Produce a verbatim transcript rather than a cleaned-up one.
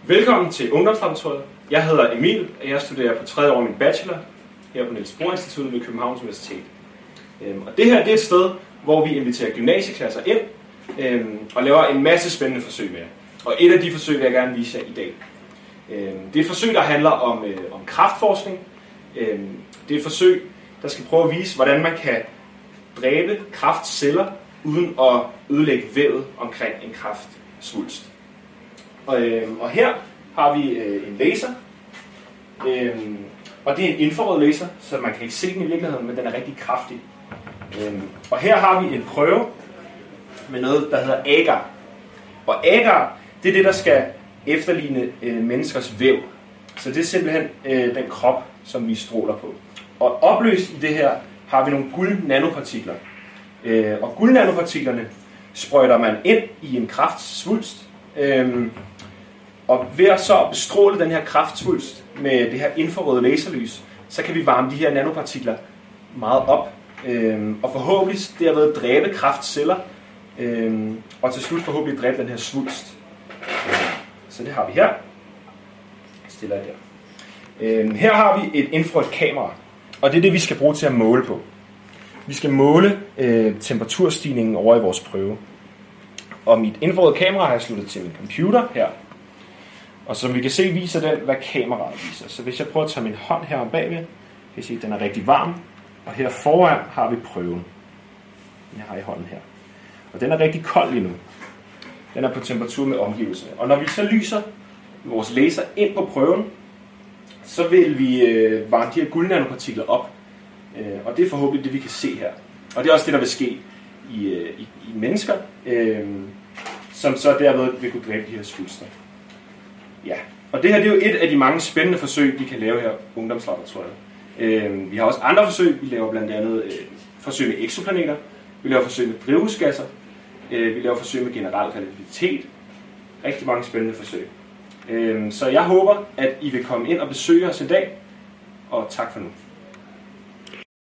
Velkommen til Ungdomslaboratoriet. Jeg hedder Emil, og jeg studerer på tredje år min bachelor her på Niels Bohr Instituttet ved Københavns Universitet. Og det her det er et sted, hvor vi inviterer gymnasieklasser ind og laver en masse spændende forsøg med jer. Og et af de forsøg vil jeg gerne vise jer i dag. Det er et forsøg, der handler om, om kræftforskning. Det er et forsøg, der skal prøve at vise, hvordan man kan dræbe kræftceller uden at ødelægge vævet omkring en kræftsvulst. Og, øh, og her har vi øh, en laser, øh, og det er en infrarød laser, så man kan ikke se den i virkeligheden, men den er rigtig kraftig. Øh, og her har vi en prøve med noget, der hedder agar. Og agar, det er det, der skal efterligne øh, menneskers væv. Så det er simpelthen øh, den krop, som vi stråler på. Og opløst i det her har vi nogle guld-nanopartikler. Øh, og guld-nanopartiklerne sprøjter man ind i en kræftsvulst. Øh, Og ved at så bestråle den her kræftsvulst med det her infrarøde laserlys, så kan vi varme de her nanopartikler meget op, øhm, og forhåbentlig derved dræbe kræftceller, øhm, og til slut forhåbentlig dræbe den her svulst. Så det har vi her. Stiller jeg der. Øhm, her har vi et infrarødt kamera, og det er det, vi skal bruge til at måle på. Vi skal måle øh, temperaturstigningen over i vores prøve. Og mit infrarøde kamera har jeg sluttet til min computer her. Og som vi kan se, viser den, hvad kameraet viser. Så hvis jeg prøver at tage min hånd her om bagved, kan jeg se, at den er rigtig varm. Og her foran har vi prøven. Den har i hånden her. Og den er rigtig kold lige nu. Den er på temperatur med omgivelserne. Og når vi så lyser vores laser ind på prøven, så vil vi øh, varme de her guldnanopartikler op. Øh, og det er forhåbentlig det, vi kan se her. Og det er også det, der vil ske i, øh, i, i mennesker, øh, som så derved vil kunne dræbe de her svulster. Ja, og det her det er jo et af de mange spændende forsøg, vi kan lave her på Ungdomslaboratoriet. Øh, vi har også andre forsøg. Vi laver blandt andet øh, forsøg med eksoplaneter. Vi laver forsøg med drivhusgasser. Øh, vi laver forsøg med generel relativitet. Rigtig mange spændende forsøg. Øh, så jeg håber, at I vil komme ind og besøge os i dag. Og tak for nu.